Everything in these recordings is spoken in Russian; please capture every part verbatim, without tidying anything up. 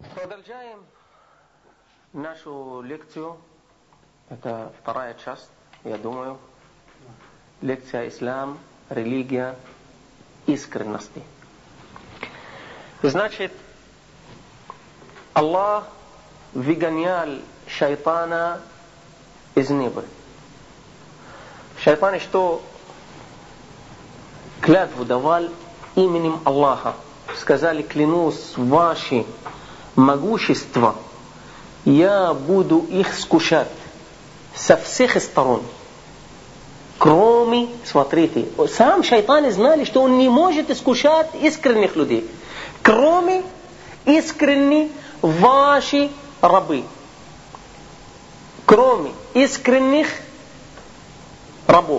Продолжаем нашу лекцию. Это вторая часть, я думаю. Лекция «Ислам, религия искренности». Значит, Аллах выгонял шайтана из неба. Шайтан что клятву давал именем Аллаха. Сказали: клянусь ваше могущество, я буду их скушать со всех сторон. Кроме, смотрите, сам шайтан знали, что он не может искушать искренних людей, кроме искренних ваши рабы. Кроме искренних рабов.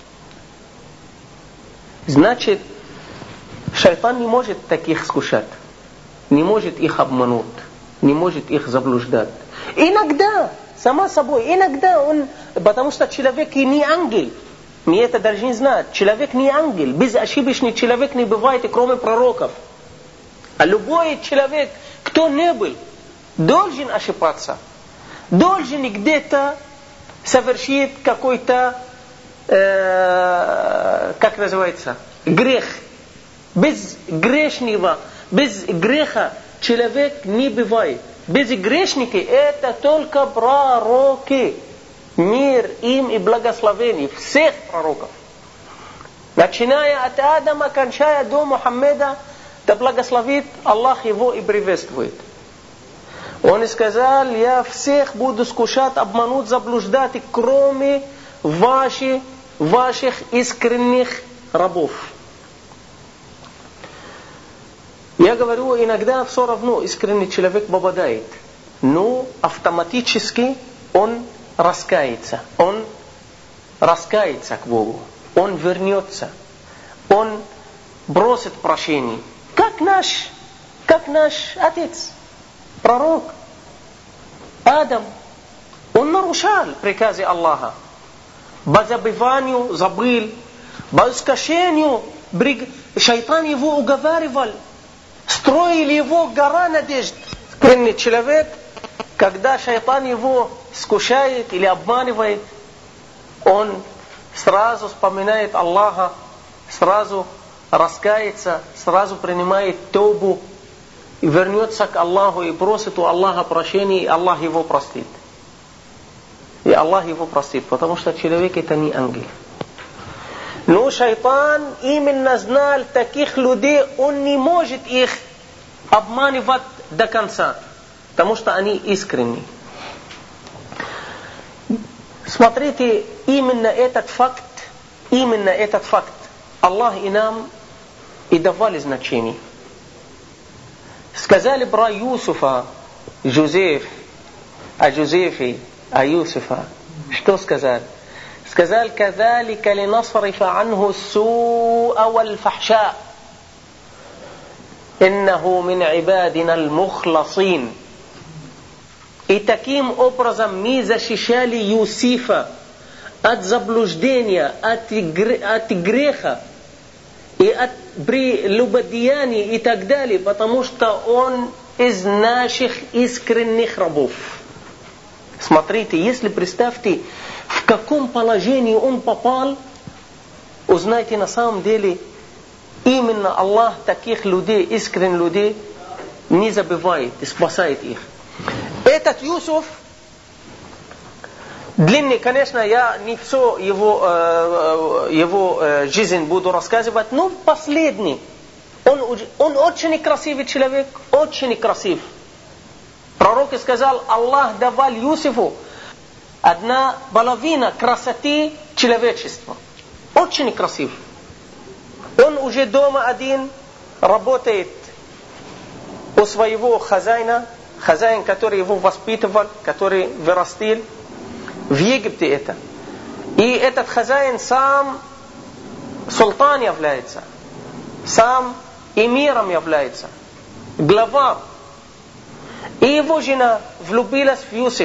Значит, шайтан не может таких скушать, не может их обмануть, не может их заблуждать. Иногда, само собой, иногда он, потому что человек и не ангел, мы это должны знать, человек не ангел, безошибочный человек не бывает, кроме пророков. А любой человек, кто не был, должен ошибаться, должен где-то совершить какой-то, э, как называется, грех. Без грешного, без греха человек не бывает. Без грешники это только пророки. Мир им и благословение всех пророков. Начиная от Адама, кончая до Мухаммеда, да благословит Аллах его и приветствует. Он сказал: я всех буду скушать, обмануть, заблуждать, кроме ваших, ваших искренних рабов. Я говорю, иногда все равно искренний человек попадает, но автоматически он раскается, он раскается к Богу, он вернется, он бросит прощение. Как наш, как наш отец, пророк Адам, он нарушал приказы Аллаха. По забыванию забыл, по искушению шайтан его уговаривал. Строили его гора надежд. Искренний человек, когда шайтан его искушает или обманывает, он сразу вспоминает Аллаха, сразу раскается, сразу принимает тобу и вернется к Аллаху и просит у Аллаха прощения, и Аллах его простит. И Аллах его простит, потому что человек это не ангел. Но шайтан именно знал таких людей, он не может их обманывать до конца, потому что они искренни. Смотрите, именно этот факт, именно этот факт Аллах и нам и давали значение. Сказали про Юсуфа, Жозеф, о Жозефе, о Юсуфа. Что сказали? сказал: كذلك لنصرف عنه السوء والفحشاء إنه من عبادنا المخلصين. И таким образом мы защищали Юсифа от заблуждения, от греха и от прелюбодеяния и так далее, потому что он из наших искренних рабов. Смотрите, если представьте, в каком положении он попал, узнайте, на самом деле, именно Аллах таких людей, искренних людей, не забывает и спасает их. Этот Юсуф, длинный, конечно, я не все его, его жизнь буду рассказывать, но последний. Он, он очень красивый человек, очень красив. Пророк сказал: Аллах давал Юсуфу одна половина красоты человечества. Очень красив. Он уже дома один работает у своего хозяина, хозяин, который его воспитывал, который вырастил. В Египте это. И этот хозяин сам султан является, сам эмиром является, глава. И его жена влюбилась в Юсуф.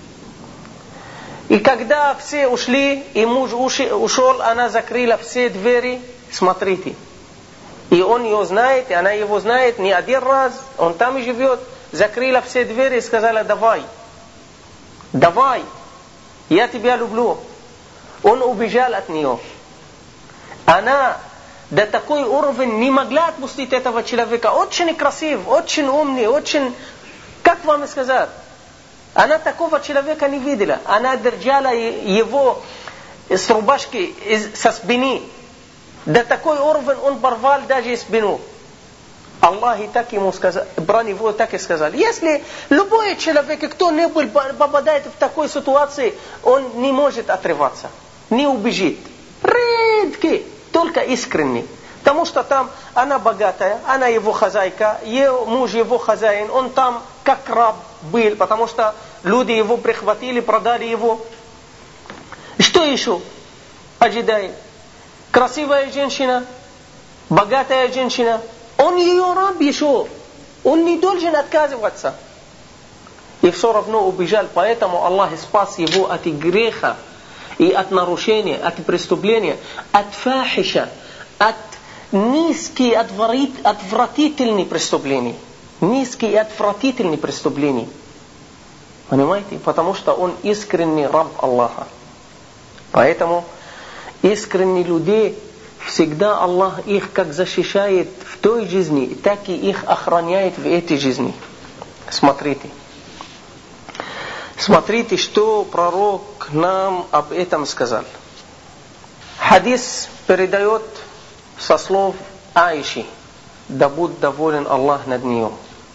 И когда все ушли, и муж ушел, она закрыла все двери. Смотрите. И он ее знает, и она его знает не один раз. Он там живет. закрыла все двери и сказала: давай, давай, я тебя люблю. Он убежал от нее. Она до такой уровень не могла отпустить этого человека. Очень красив, очень умный, очень... Как вам сказать? Она такого человека не видела. Она держала его с рубашки, со спины. До такой уровень он порвал даже спину. Аллах и так ему сказал, брат его так и сказал: если любой человек, кто не был, попадает в такой ситуации, он не может отрываться, не убежит. Редкий, только искренний. Потому что там она богатая, она его хозяйка, ее муж его хозяин, он там как раб был, потому что люди его прихватили, продали его. Что еще ожидает? Красивая женщина, богатая женщина, он ее раб еще, он не должен отказываться. И все равно убежал, поэтому Аллах спас его от греха и от нарушения, от преступления, от фахиша, от низких, отвратительных преступлений. Низкие и отвратительные преступления. Понимаете? Потому что он искренний раб Аллаха. Поэтому искренние люди, всегда Аллах их как защищает в той жизни, так и их охраняет в этой жизни. Смотрите. Смотрите, что пророк нам об этом сказал. Хадис передает со слов Аиши, да будет доволен Аллах над нее.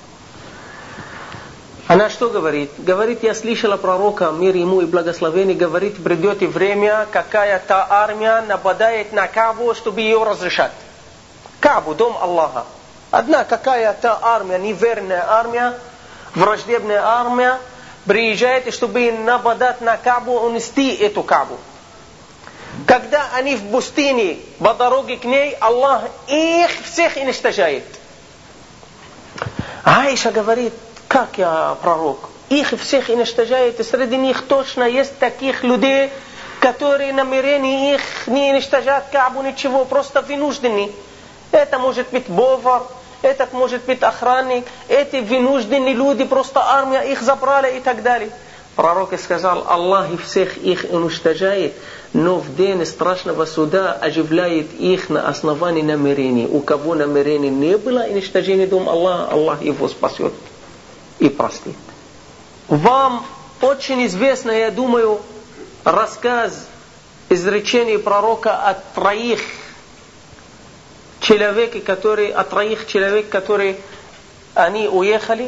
Она что говорит? Говорит: я слышала пророка, мир ему и благословение, говорит: придет и время, какая-то армия нападает на Каабу, чтобы ее разрешать. Каабу, дом Аллаха. Одна какая-то армия, неверная армия, враждебная армия, приезжает, чтобы нападать на Каабу, унести эту Каабу. Когда они в пустыне, по дороге к ней, Аллах их всех уничтожает. Аиша говорит: как я пророк? Их всех уничтожает, и среди них точно есть таких людей, которые намерены их не уничтожать Каабу, ничего, просто вынуждены. Это может быть повар, этот может быть охранник, эти вынужденные люди, просто армия их забрала и так далее. Пророк сказал: Аллах всех их уничтожает, но в день страшного суда оживляет их на основании намерений. У кого намерений не было уничтожения дом Аллаха, Аллах его спасет и простит. Вам очень известно, я думаю, рассказ, изречение пророка о троих человек, которые, от троих человек, которые они уехали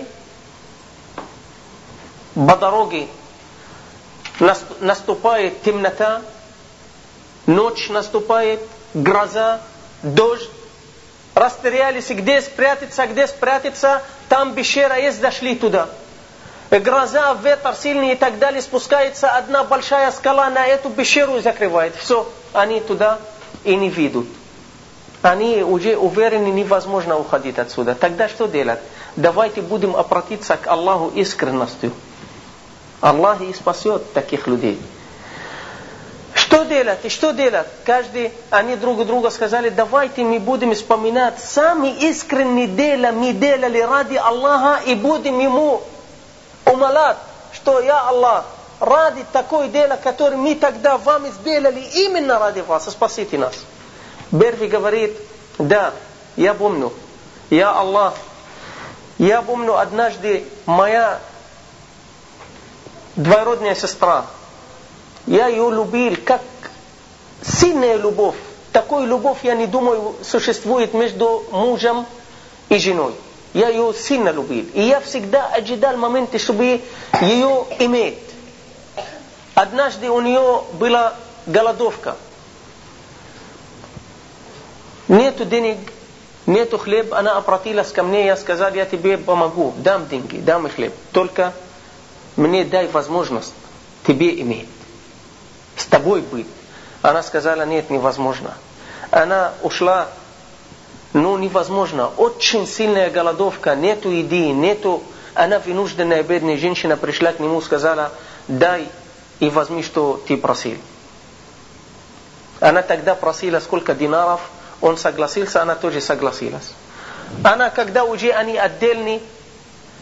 по дороге, наступает темнота, ночь наступает, гроза, дождь, растерялись, где спрятаться, где спрятаться, там пещера есть, зашли туда. Гроза, ветер сильный и так далее, спускается одна большая скала на эту пещеру и закрывает. Все, они туда и не видят. Они уже уверены, невозможно уходить отсюда. Тогда что делать? Давайте будем обратиться к Аллаху искренностью. Аллах и спасет таких людей. Что делать? И что делать? Каждый, они друг другу сказали: давайте мы будем вспоминать самые искренние дела, мы делали ради Аллаха, и будем ему умолять, что: я Аллах, ради такой дела, который мы тогда вам сделали, именно ради вас, спасите нас. Первый говорит: да, я помню, я Аллах, я помню однажды моя двоюродная сестра, я ее любил как сильная любовь. Такой любовь, я не думаю, существует между мужем и женой. Я ее сильно любил. И я всегда ожидал моменты, чтобы ее иметь. Однажды у нее была голодовка. Нету денег, нету хлеб. Она обратилась ко мне, я сказал: я тебе помогу, дам деньги, дам хлеб. Только мне дай возможность тебе иметь, с тобой быть. Она сказала: нет, невозможно. Она ушла, ну невозможно. Очень сильная голодовка, нету еды, нету. Она вынужденная бедная женщина пришла к нему, сказала: дай и возьми, что ты просил. Она тогда просила сколько динаров, он согласился, она тоже согласилась. Она, когда уже они отдельны,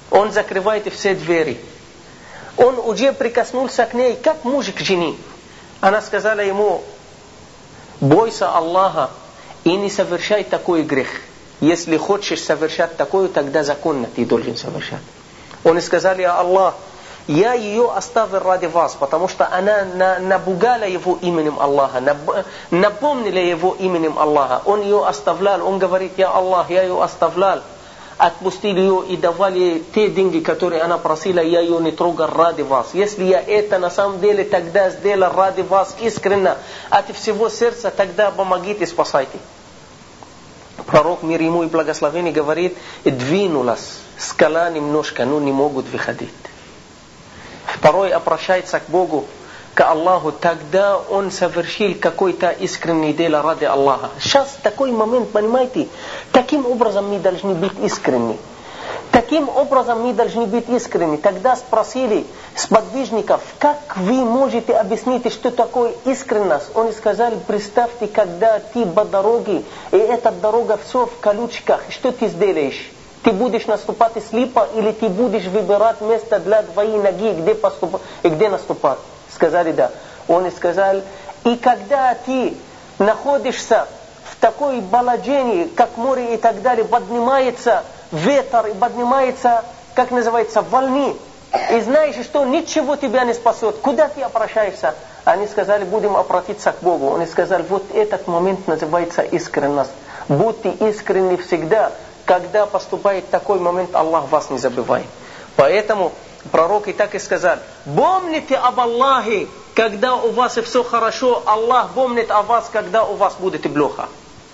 Он закрывает все двери. Он уже прикоснулся к ней, как муж к жене. Она сказала ему: бойся Аллаха и не совершай такой грех. Если хочешь совершать такое, тогда законно ты должен совершать. Он сказал: я Аллах, я ее оставил ради вас, потому что она напугала его именем Аллаха, напомнила его именем Аллаха. Он ее оставлял, он говорит: я Аллах, я ее оставлял, отпустил ее и давал ей те деньги, которые она просила, я ее не трогал ради вас. Если я это на самом деле тогда сделал ради вас искренне, от всего сердца, тогда помогите, спасайте. Пророк, мир ему и благословение, говорит: двинулась скала немножко, но не могут выходить. Второй обращается к Богу, к Аллаху, тогда он совершил какое-то искреннее дело ради Аллаха. Сейчас такой момент, понимаете, таким образом мы должны быть искренни. Таким образом мы должны быть искренни. Тогда спросили сподвижников: как вы можете объяснить, что такое искренность? Он сказал: представьте, когда ты по дороге, и эта дорога все в колючках, что ты сделаешь? Ты будешь наступать слепо, или ты будешь выбирать место для твоей ноги, где, поступ... и где наступать? Сказали: да. Он сказал: и когда ты находишься в такой положении, как море и так далее, поднимается ветер и поднимается, как называется, волны, и знаешь, что ничего тебя не спасет, куда ты обращаешься? Они сказали: будем обратиться к Богу. Он сказал: вот этот момент называется искренность. Будьте искренни всегда. Когда поступает такой момент, Аллах вас не забывает. Поэтому пророк и так и сказал: помните об Аллахе, когда у вас все хорошо, Аллах помнит о вас, когда у вас будет плохо.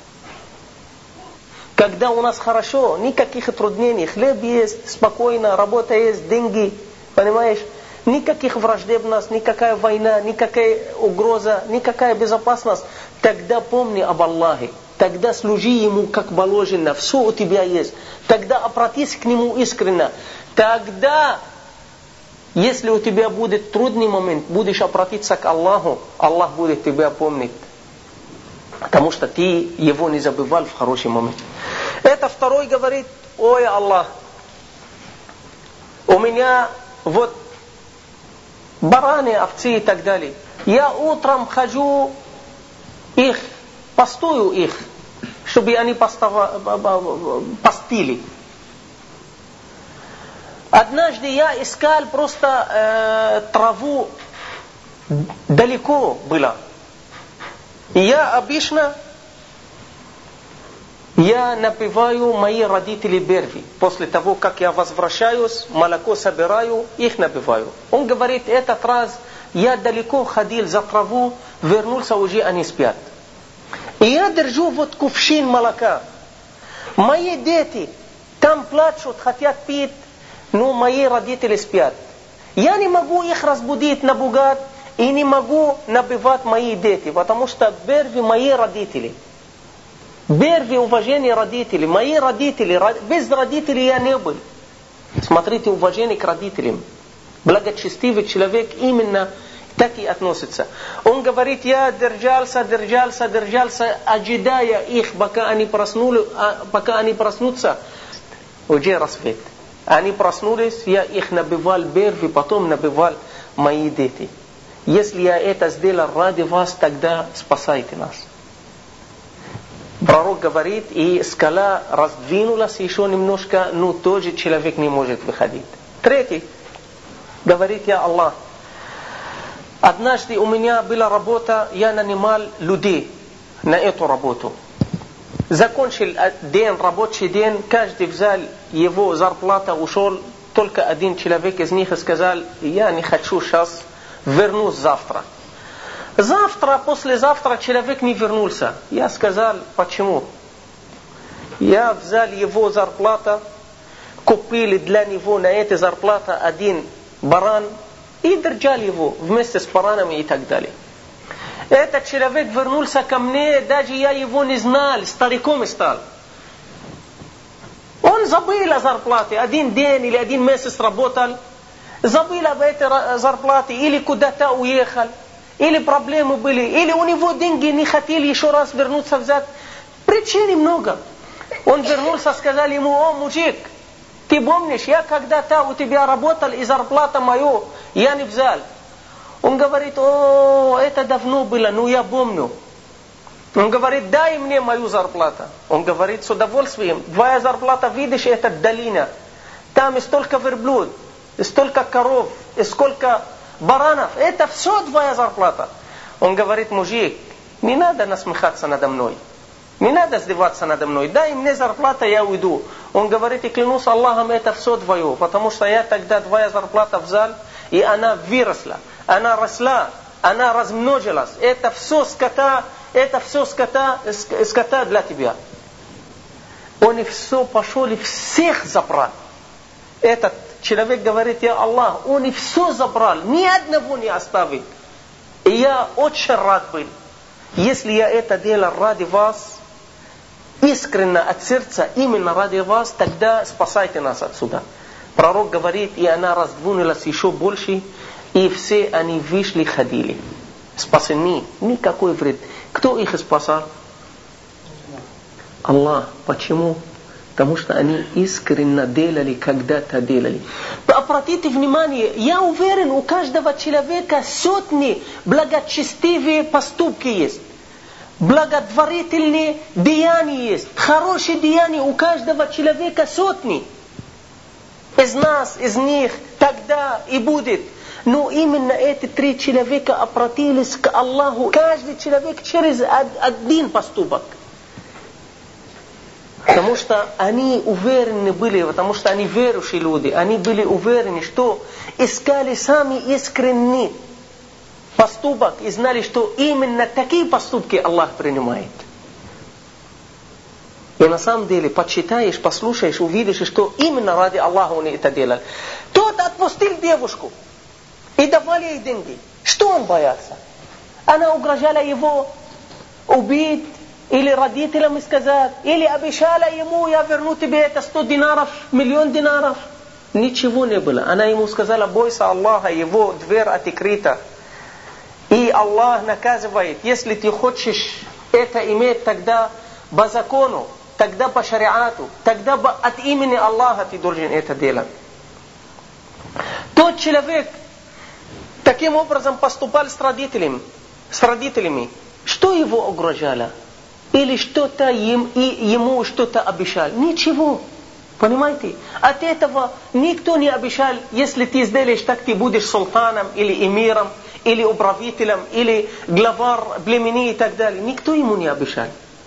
Когда у нас хорошо, никаких труднений, хлеб есть, спокойно, работа есть, деньги, понимаешь? Никаких враждебностей, никакая война, никакая угроза, никакая безопасность. Тогда помни об Аллахе. Тогда служи Ему как положено, все у тебя есть. Тогда обратись к Нему искренне. Тогда, если у тебя будет трудный момент, будешь обратиться к Аллаху, Аллах будет тебя помнить. Потому что ты Его не забывал в хороший момент. Это второй говорит: ой, Аллах, у меня вот бараны, овцы и так далее. Я утром хожу их, постую их, чтобы они постили. Однажды я искал просто э, траву, далеко было. И я обычно я напиваю мои родители берви. После того, как я возвращаюсь, молоко собираю, их напиваю. Он говорит: этот раз я далеко ходил за траву, вернулся, уже они спят. И я держу вот кувшин молока. Мои дети там плачут, хотят пить, но мои родители спят. Я не могу их разбудить, напугать, и не могу набивать мои дети, потому что берви мои родители. Берви уважение родителей. Мои родители, без родителей я не был. Смотрите, уважение к родителям. Благочестивый человек именно так и относится. Он говорит: я держался, держался, держался, ожидая их, пока они проснули, пока они проснутся, уже рассвет. Они проснулись, я их набивал берви, потом набивал мои дети. Если я это сделал ради вас, тогда спасайте нас. Пророк говорит, и скала раздвинулась еще немножко, но тоже человек не может выходить. Третий говорит: я Аллах, однажды у меня была работа, я нанимал людей на эту работу. Закончил день, рабочий день, каждый взял его зарплата, ушел. Только один человек из них сказал: я не хочу сейчас, вернусь завтра. Завтра, послезавтра человек не вернулся. Я сказал: почему? Я взял его зарплату, купили для него на этой зарплате один баран и держали его вместе с баранами и так далее. Этот человек вернулся ко мне, даже я его не знал, стариком стал. Он забыл о зарплате, один день или один месяц работал, забыл об этой зарплате, или куда-то уехал, или проблемы были, или у него деньги не хотели еще раз вернуться взять. Причин много. Он вернулся, сказал ему: о, мужик, ты помнишь, я когда-то у тебя работал, и зарплата мою я не взял. Он говорит: о, это давно было, ну я помню. Он говорит: дай мне мою зарплату. Он говорит: с удовольствием. Твоя зарплата, видишь, это долина. Там столько верблюд, столько коров, сколько баранов. Это все твоя зарплата. Он говорит: мужик, не надо насмехаться надо мной. Не надо издеваться надо мной. Дай мне зарплату, я уйду. Он говорит: и клянусь Аллахом, это все твое. Потому что я тогда твоя зарплата взял, и она выросла. Она росла, она размножилась. Это все скота, это все скота, скота для тебя. Он и все пошел и всех забрал. Этот человек говорит: я Аллах, он и все забрал, ни одного не оставил. И я очень рад был. Если я это делал ради вас, искренне от сердца, именно ради вас, тогда спасайте нас отсюда. Пророк говорит: и она раздвинулась еще больше, и все они вышли, ходили. Спасены, никакой вред. Кто их спасал? Аллах. Почему? Потому что они искренне делали, когда-то делали. Обратите внимание, я уверен, у каждого человека сотни благочестивые поступки есть. Благотворительные деяния есть. Хорошие деяния у каждого человека сотни. Из нас, из них, тогда и будет. Но именно эти три человека обратились к Аллаху. Каждый человек через один поступок. Потому что они уверены были, потому что они верующие люди. Они были уверены, что искали сами искренний поступок и знали, что именно такие поступки Аллах принимает. И на самом деле, почитаешь, послушаешь, увидишь, что именно ради Аллаха он это делал. Тот отпустил девушку и давали ей деньги. Что он боялся? Она угрожала его убить, или родителям сказать, или обещала ему: я верну тебе это сто динаров, миллион динаров. Ничего не было. Она ему сказала: бойся Аллаха, его дверь открыта. И Аллах наказывает, если ты хочешь это иметь, тогда по закону, тогда по шариату, тогда от имени Аллаха ты должен это делать. Тот человек таким образом поступал с родителями, с родителями. Что его угрожало? Или что-то им, и ему что-то обещал? Ничего. Понимаете? От этого никто не обещал: если ты сделаешь так, ты будешь султаном, или эмиром, или управителем, или главар племени и так далее. Никто ему не обещал.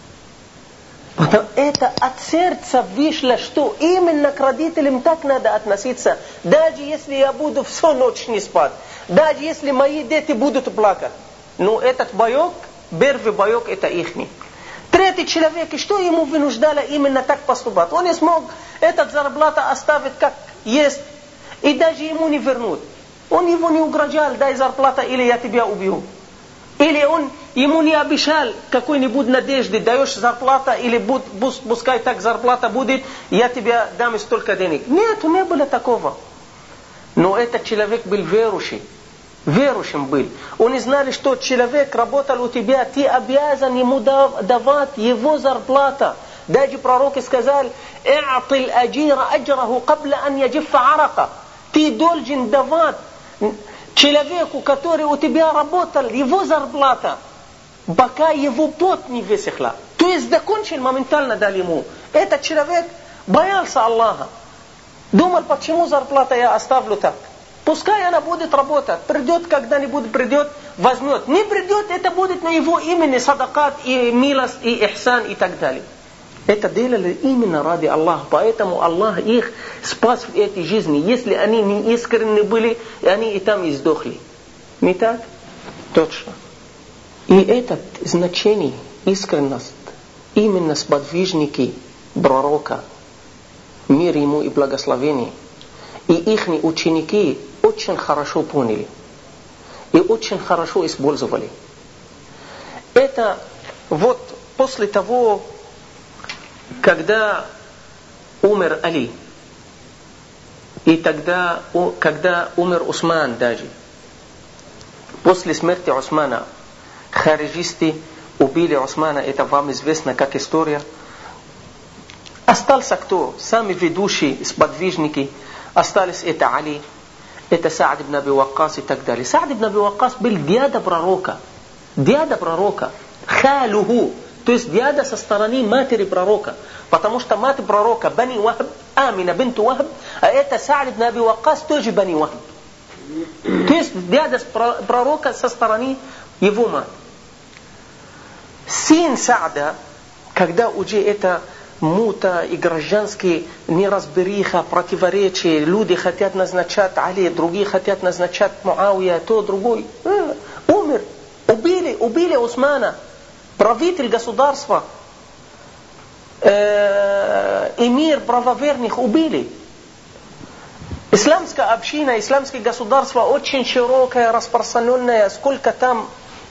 Потому это от сердца вышло, что именно к родителям так надо относиться. Даже если я буду всю ночь не спать, даже если мои дети будут плакать. Но этот боек, первый боек, это ихний. Третий человек, что ему вынуждало именно так поступать? Он не смог этот зарплата оставить как есть, и даже ему не вернут. Он его не угрожал: дай зарплата, или я тебя убью. Или он ему не обещал какой-нибудь надежды: даешь зарплата, или буд, пускай так зарплата будет, я тебе дам столько денег. Нет, не было такого. Но этот человек был верующий. Верующим был. Он знали, что человек работал у тебя, ты обязан ему давать его зарплата. Даже пророк сказал: «И'тил аджира аджраху кабла ан яджиффа арака». Ты должен давать человеку, который у тебя работал, его зарплата, пока его пот не высохла. То есть закончил, моментально дал ему. Этот человек боялся Аллаха. Думал: почему зарплата я оставлю так? Пускай она будет работать. Придет когда-нибудь, придет, возьмет. Не придет, это будет на его имени садакат и милость и ихсан и так далее. Это делали именно ради Аллаха. Поэтому Аллах их спас в этой жизни. Если они не искренне были, они и там издохли. Не так? Точно. И это значение, искренность, именно сподвижники пророка, мир ему и благословение, и их ученики очень хорошо поняли и очень хорошо использовали. Это вот после того, когда умер Али, и тогда, когда умер Усман даже, после смерти Усмана, хариджисты убили Усмана, это вам известно как история. Остался кто? Сами ведущие, сподвижники. Остались это Али, это Саад ибн Аби Ваккас и так далее. Саад ибн Аби Ваккас был дядя пророка. Дядя пророка. Халуху. То есть дядя со стороны матери пророка. Потому что мать пророка Бани Вахб, Амина бинту Вахб, а это Саад ибн Аби Ваккас тоже Бани Вахб. То есть дядя пророка со стороны его мать. Сын Саада, когда уже это мута и гражданские неразбериха, противоречия, люди хотят назначать Али, другие хотят назначать Муавия, то, другой, э, умер. Убили, убили Усмана, правитель государства, э, эмир правоверных убили. Исламская община, исламское государство очень широкое, распространенное, сколько там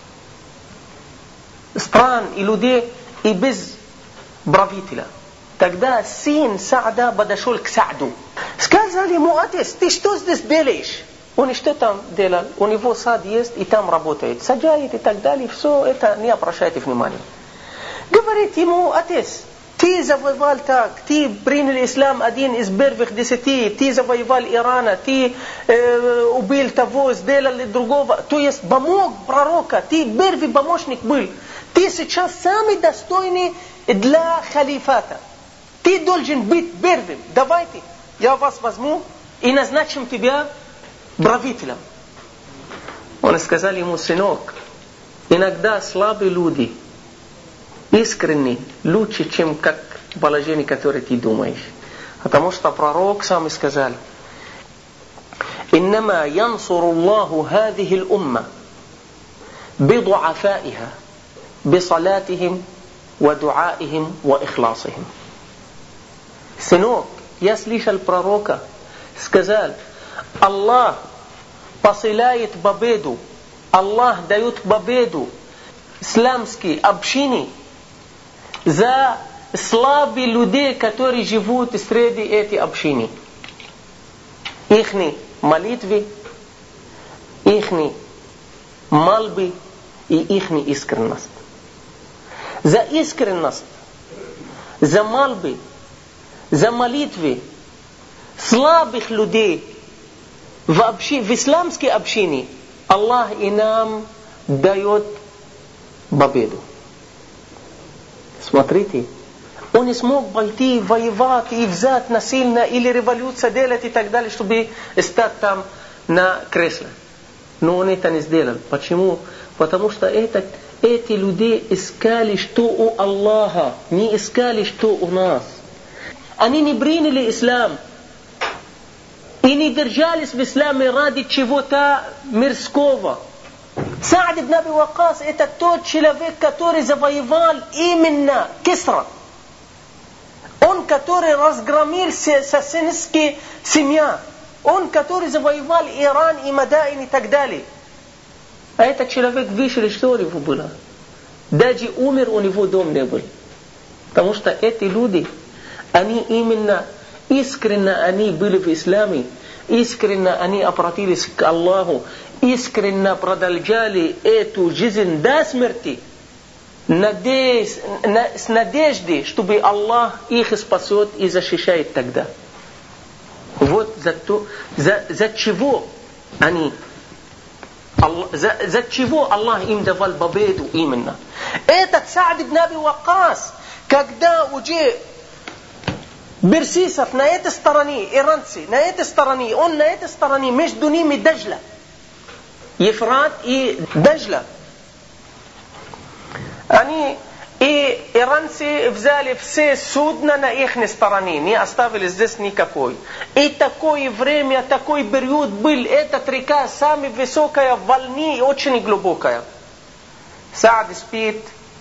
стран и людей, и без правителя. Тогда сын Саада подошел к Сааду. Сказал ему: отец, ты что здесь делаешь? Он что там делал? У него сад есть и там работает. Сажает и так далее. Все это не обращайте внимания. Говорит ему: отец, ты завоевал так, ты принял ислам один из первых десяти, ты завоевал Ирана, ты э, убил того, сделал другого. То есть помог пророка, ты первый помощник был. Ты сейчас самый достойный для халифата. Ты должен быть первым. Давайте, я вас возьму и назначим тебя правителем. Он сказал ему: сынок, иногда слабые люди искренне лучше, чем как положение, которое ты думаешь. Потому что пророк сам сказал: «Иннама янсуру Аллаху хадихи л-умма бидуафаиха бисалатихим ва дуаихим ва ихласихим». Сынок, я слышал пророка, сказал: Аллах посылает победу, Аллах дает победу исламской общине за слабые людей, которые живут среди этой общины. Ихни молитвы, ихни мольбы и ихни искренность. За искренность, за мольбы, за молитвы слабых людей в, общи, в исламской общине Аллах и нам дает победу. Смотрите, он не смог пойти воевать и взять насильно или революцию делать и так далее, чтобы стать там на кресле. Но он это не сделал. Почему? Потому что это, эти люди искали, что у Аллаха, не искали, что у нас. Они не приняли ислам и не держались в исламе ради чего-то мирского. Саад ибн Аби Ваккас это тот человек, который завоевал именно Кисра. Он, который разгромил сасанинские семья. Он, который завоевал Иран и Мадаин и так далее. А этот человек вышел, что у него было? Даже умер, у него дом не был. Потому что эти люди, они именно искренне они были в исламе, искренне они обратились к Аллаху, искренне продолжали эту жизнь до смерти, надеясь, с надеждой, чтобы Аллах их спасет и защищает тогда. Вот за, то, за, за чего они, за, за чего Аллах им давал победу именно. Этот Саад ибн Аби Ваккас, когда уже персисов на этой стороне, иранцы на этой стороне, он на этой стороне, между ними Дажла, Ефрат и Дажла. Они и иранцы взяли все судна на их стороне, не оставили здесь никакой. И такое время, такой период был, эта река самая высокая, волны очень глубокая. Саад спит.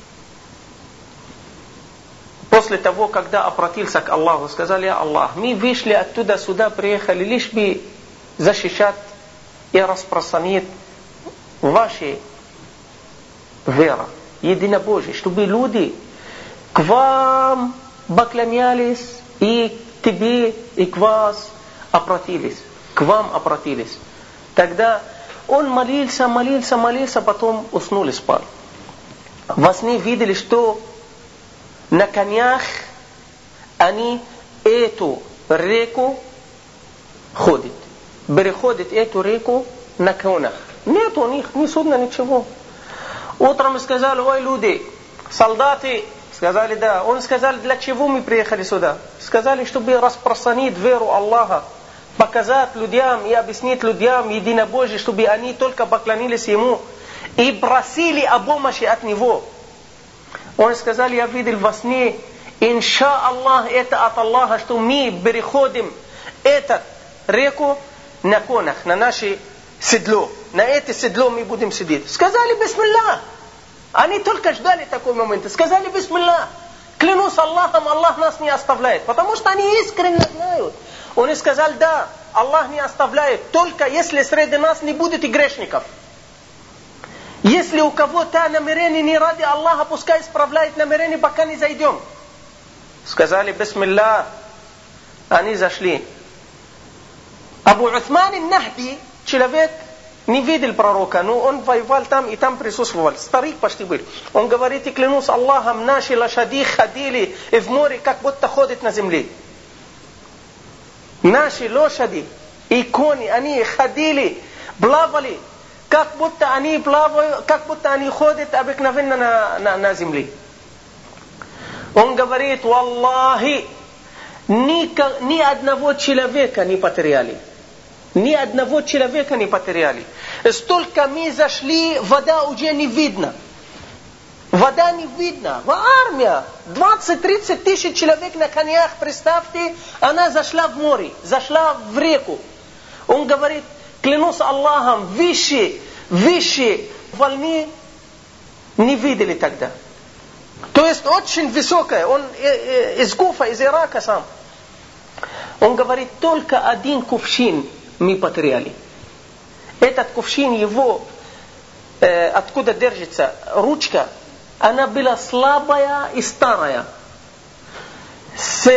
После того, когда обратился к Аллаху, сказали: я Аллах, мы вышли оттуда сюда, приехали лишь бы защищать и распространить ваши веру, единобожие, чтобы люди к вам поклонялись и к тебе, и к вас обратились, к вам обратились. Тогда он молился, молился, молился, потом уснул и спал. Во сне видели, что на конях они эту реку ходят, переходят эту реку на конях. Нет у них ни судна, ничего. Утром сказали: ой, люди, солдаты, сказали: да. Он сказал: для чего мы приехали сюда? Сказали: чтобы распространить веру Аллаха, показать людям и объяснить людям единобожие, чтобы они только поклонились Ему и просили о помощи от Него. Он сказал: я видел во сне, инша Аллах, это от Аллаха, что мы переходим эту реку на конях, на наше седло. На это седло мы будем сидеть. Сказали: бисмиллах. Они только ждали такой момент. Сказали: бисмиллах. Клянусь Аллахом, Аллах нас не оставляет. Потому что они искренне знают. Он сказал: да, Аллах не оставляет, только если среди нас не будет и грешников. Если у кого-то намерение не ради Аллаха, пускай исправляет намерение, пока не зайдем. Сказали: бисмиллах. Они зашли. Абу Усман ан-Нахди, человек, не видел пророка, но он воевал там и там присутствовал. Старик почти был. Он говорит: и клянусь Аллахом, наши лошади ходили в море, как будто ходят на земле. Наши лошади и кони, они ходили, плавали, как будто они плавают, как будто они ходят обыкновенно на, на, на земле. Он говорит: Валлахи, ни, ни одного человека не потеряли. Ни одного человека не потеряли. Столько мы зашли, вода уже не видно. Вода не видно. В армия двадцать-тридцать тысяч человек на конях, представьте, она зашла в море, зашла в реку. Он говорит: клянусь Аллахом, выше, выше волны не видели тогда. То есть очень высокая. Он из Куфа, из Ирака сам. Он говорит: только один кувшин мы потеряли. Этот кувшин, его, э, откуда держится ручка, она была слабая и старая. С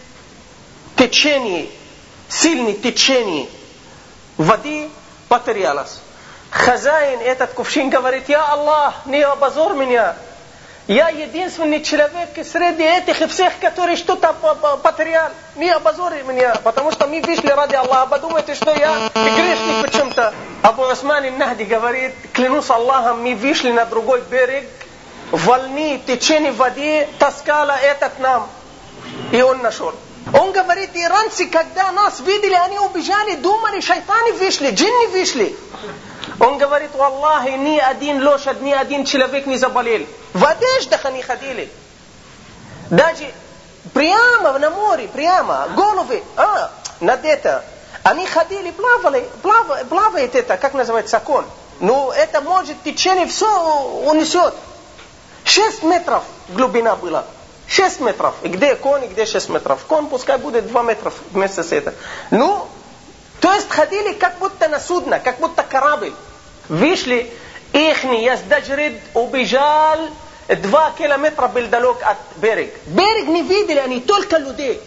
течением, сильным течением воды потерялась. Хозяин этот кувшин говорит: я Аллах, не обозор меня. Я единственный человек среди этих всех, который что-то потерял. Не обозори меня, потому что мы вышли ради Аллаха. Подумайте, что я грешник почему-то. Абу Усман ан-Нахди говорит: клянусь Аллахом, мы вышли на другой берег. Волны, течение воды таскало этот нам. И он нашел. Он говорит: иранцы, когда нас видели, они убежали, думали, шайтаны вышли, джинни вышли. Он говорит: Валлахи, ни один лошадь, ни один человек не заболел. В одеждах они ходили. Даже прямо на море, прямо, головы, а, над это. Они ходили, плавали, плав, плавает это, как называется, кон. Но это может течение все унесет. Шесть метров глубина была. Шесть метров. И где кон, и где шесть метров. Кон пускай будет два метра вместе с этим. Ну, то есть ходили как будто на судно, как будто корабль. Вышли, ихний яздажрид убежал два километра был далек от берега. Берег не видели они, только людей.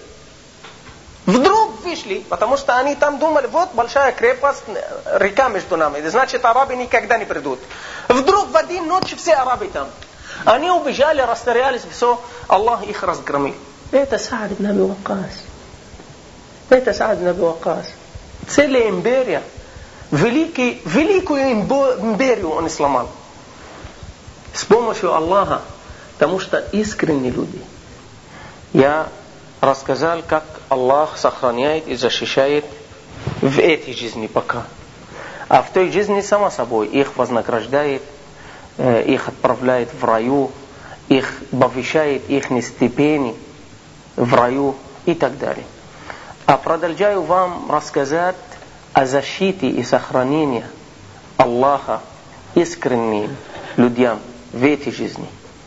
Вдруг вышли, потому что они там думали: вот большая крепость, река между нами. Значит, арабы никогда не придут. Вдруг в один ночь все арабы там. Они убежали, растерялись, все, Аллах их разгромил. Это Саад ибн Аби Ваккас. Это Саад ибн Аби Ваккас. Целая империя. Великий, великую империю он сломал. С помощью Аллаха. Потому что искренние люди. Я рассказал, как Аллах сохраняет и защищает в этой жизни пока. А в той жизни, само собой, их вознаграждает, их отправляет в раю, их повышает их степени в раю и так далее. А продолжаю вам рассказать о защите и сохранении Аллаха искренним людям в этой жизни.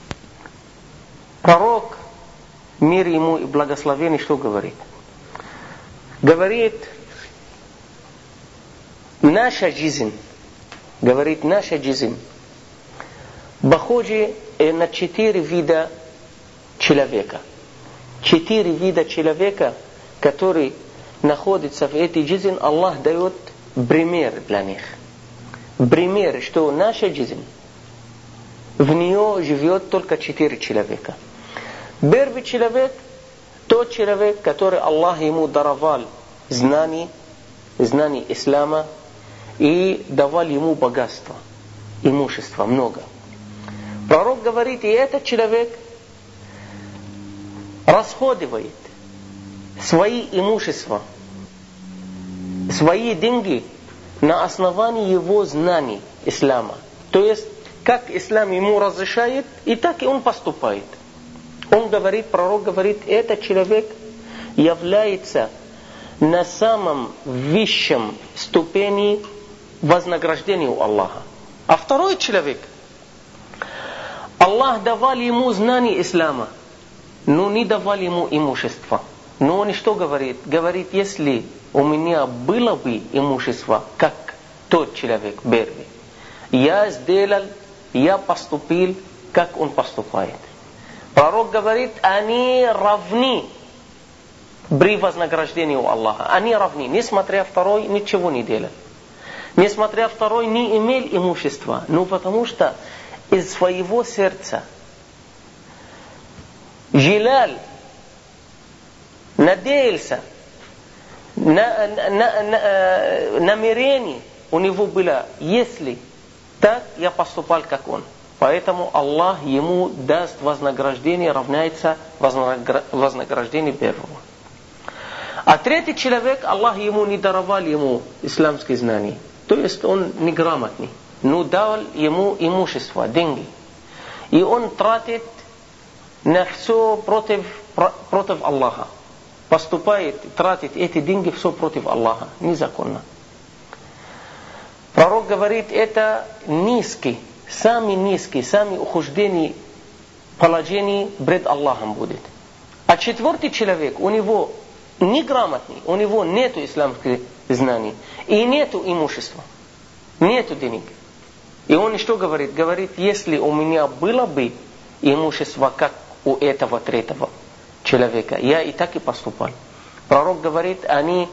Пророк, мир ему и благословение, что говорит? Говорит: наша жизнь, говорит, наша жизнь похожа на четыре вида человека. Четыре вида человека, которые находятся в этой жизни, Аллах дает пример для них. Пример, что наша жизнь, в нее живет только четыре человека. Первый человек, тот человек, который Аллах ему даровал знаний, знаний ислама и давал ему богатство, имущество много. Пророк говорит, и этот человек расходует свои имущества, свои деньги на основании его знаний ислама. То есть, как ислам ему разрешает, и так и он поступает. Он говорит, пророк говорит, этот человек является на самом высшем ступени вознаграждения у Аллаха. А второй человек, Аллах давал ему знания ислама, но не давал ему имущество. Но он что говорит? Говорит, если у меня было бы имущество, как тот человек первый, я сделал, я поступил, как он поступает. Пророк говорит, они равны при вознаграждении у Аллаха. Они равны. Несмотря второй ничего не делал. Несмотря второй не имел имущества. Ну потому что из своего сердца желал, надеялся, на, на, на, намерение у него было, если так, я поступал как он. Поэтому Аллах ему даст вознаграждение, равняется вознаграждению первого. А третий человек, Аллах ему не даровал ему исламские знания. То есть он неграмотный, но дал ему имущество, деньги. И он тратит на все против, против Аллаха. Поступает, тратит эти деньги все против Аллаха. Незаконно. Пророк говорит, это низкий, самый низкий, самый ухудшенный положение пред Аллахом будет. А четвертый человек, у него неграмотный, у него нету исламских знаний и нету имущества, нету денег. И он что говорит? Говорит, если у меня было бы имущество, как у этого третьего человека, я и так и поступал. Пророк говорит, они,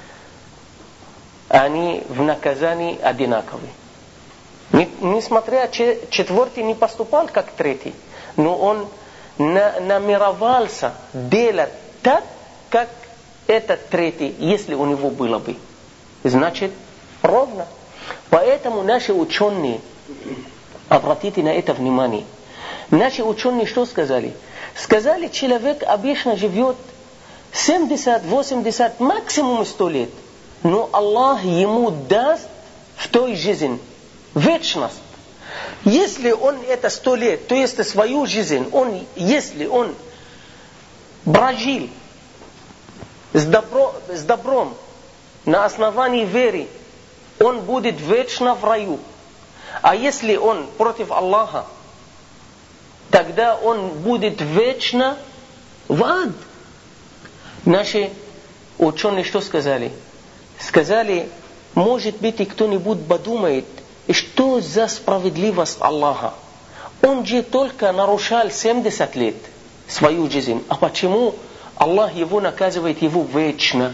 они в наказании одинаковые. Несмотря, четвертый не поступал как третий, но он на, намеревался делать так, как этот третий, если у него было бы. Значит, ровно. Поэтому наши ученые, обратите на это внимание, наши ученые что сказали? Сказали, человек обычно живет семьдесят, восемьдесят, максимум сто лет. Но Аллах ему даст в той жизни вечность. Если он это сто лет, то есть свою жизнь, он, если он прожил с, добро, с добром на основании веры, он будет вечно в раю. А если он против Аллаха, тогда он будет вечно в ад. Наши ученые что сказали? Сказали, может быть, и кто-нибудь подумает, что за справедливость Аллаха. Он же только нарушал семьдесят лет свою жизнь. А почему Аллах его наказывает его вечно?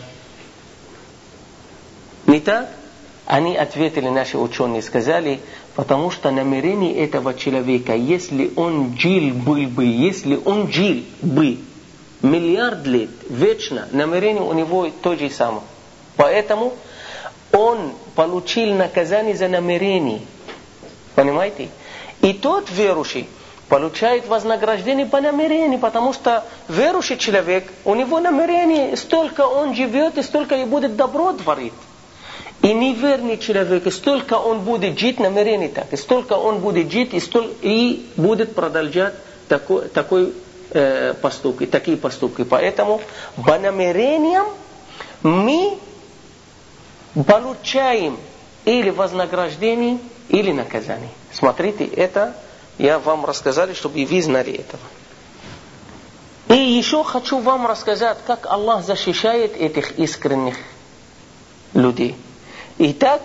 Не так? Они ответили, наши ученые, сказали, потому что намерение этого человека, если он жил был бы, если он жил бы миллиард лет вечно, намерение у него то же самое. Поэтому он получил наказание за намерение. Понимаете? И тот верующий получает вознаграждение по намерению, потому что верующий человек, у него намерение, столько он живет, и столько и будет добро творить. И неверный человек, столько он будет жить, намерение так, и столько он будет жить, и, столько, и будет продолжать такой, такой э, поступки, такие поступки. Поэтому по намерениям мы получаем или вознаграждение, или наказание. Смотрите, это я вам рассказал, чтобы вы знали этого. И еще хочу вам рассказать, как Аллах защищает этих искренних людей. Итак,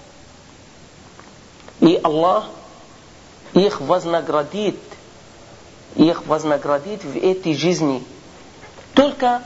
и Аллах их вознаградит, их вознаградит в этой жизни. Только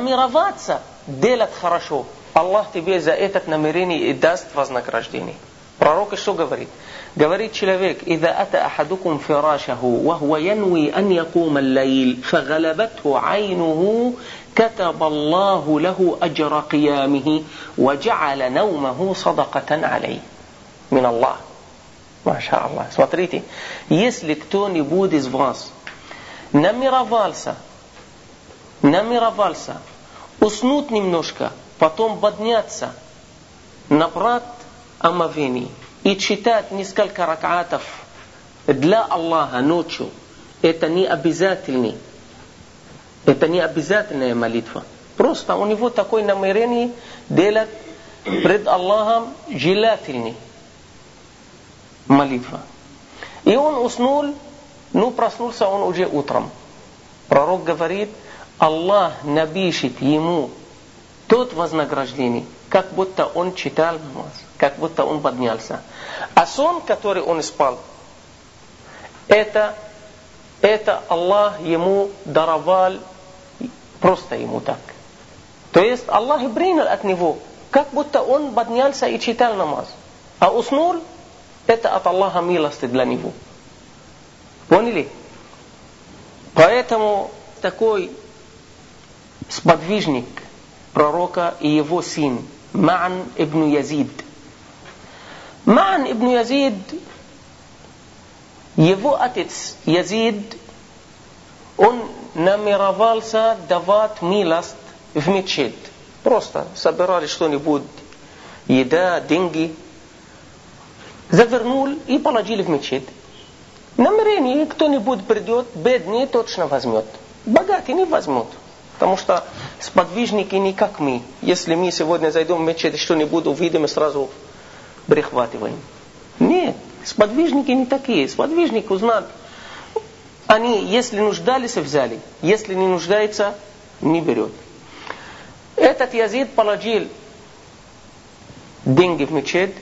намереваться делать хорошо, Аллах тебе за это намерение и даст вознаграждение. Пророк что говорит? Говорит человек: «Иза ата ахадукум фирашаху, ва хуа янви ан якума аллайл, фагалабатху айнуху, катаба Аллаху лаху аджра киямихи, ва джа'аля наумаху садакатан алей». Мин Аллах. Маша Аллах. Смотрите, если кто-нибудь из вас намеревался, намеревался уснуть немножко, потом подняться на брат омовений и читать несколько ракатов для Аллаха ночью, это не обязательный, это не обязательная молитва. Просто у него такое намерение делать пред Аллахом желательный молитва. И он уснул, ну проснулся он уже утром. Пророк говорит: Аллах напишет ему тот вознаграждение, как будто он читал намаз, как будто он поднялся. А сон, который он спал, это, это Аллах ему даровал просто ему так. То есть Аллах принял от него, как будто он поднялся и читал намаз. А уснул, это от Аллаха милости для него. Поняли? Поэтому такой сподвижник пророка и его сын Ма'ан ибн Язид. Ма'ан ибн Язид, его отец Язид, он намеревался давать милость в мечеть. Просто собирали что-нибудь, еда, деньги, завернул и положили в мечеть. Намерение, кто-нибудь придет, бедный точно возьмет, богатый не возьмет. Потому что сподвижники не как мы. Если мы сегодня зайдем в мечеть и что-нибудь увидим, и сразу прихватываем. Нет, сподвижники не такие. Сподвижник узнал. Они, если нуждались, взяли. Если не нуждается, не берет. Этот Язид положил деньги в мечеть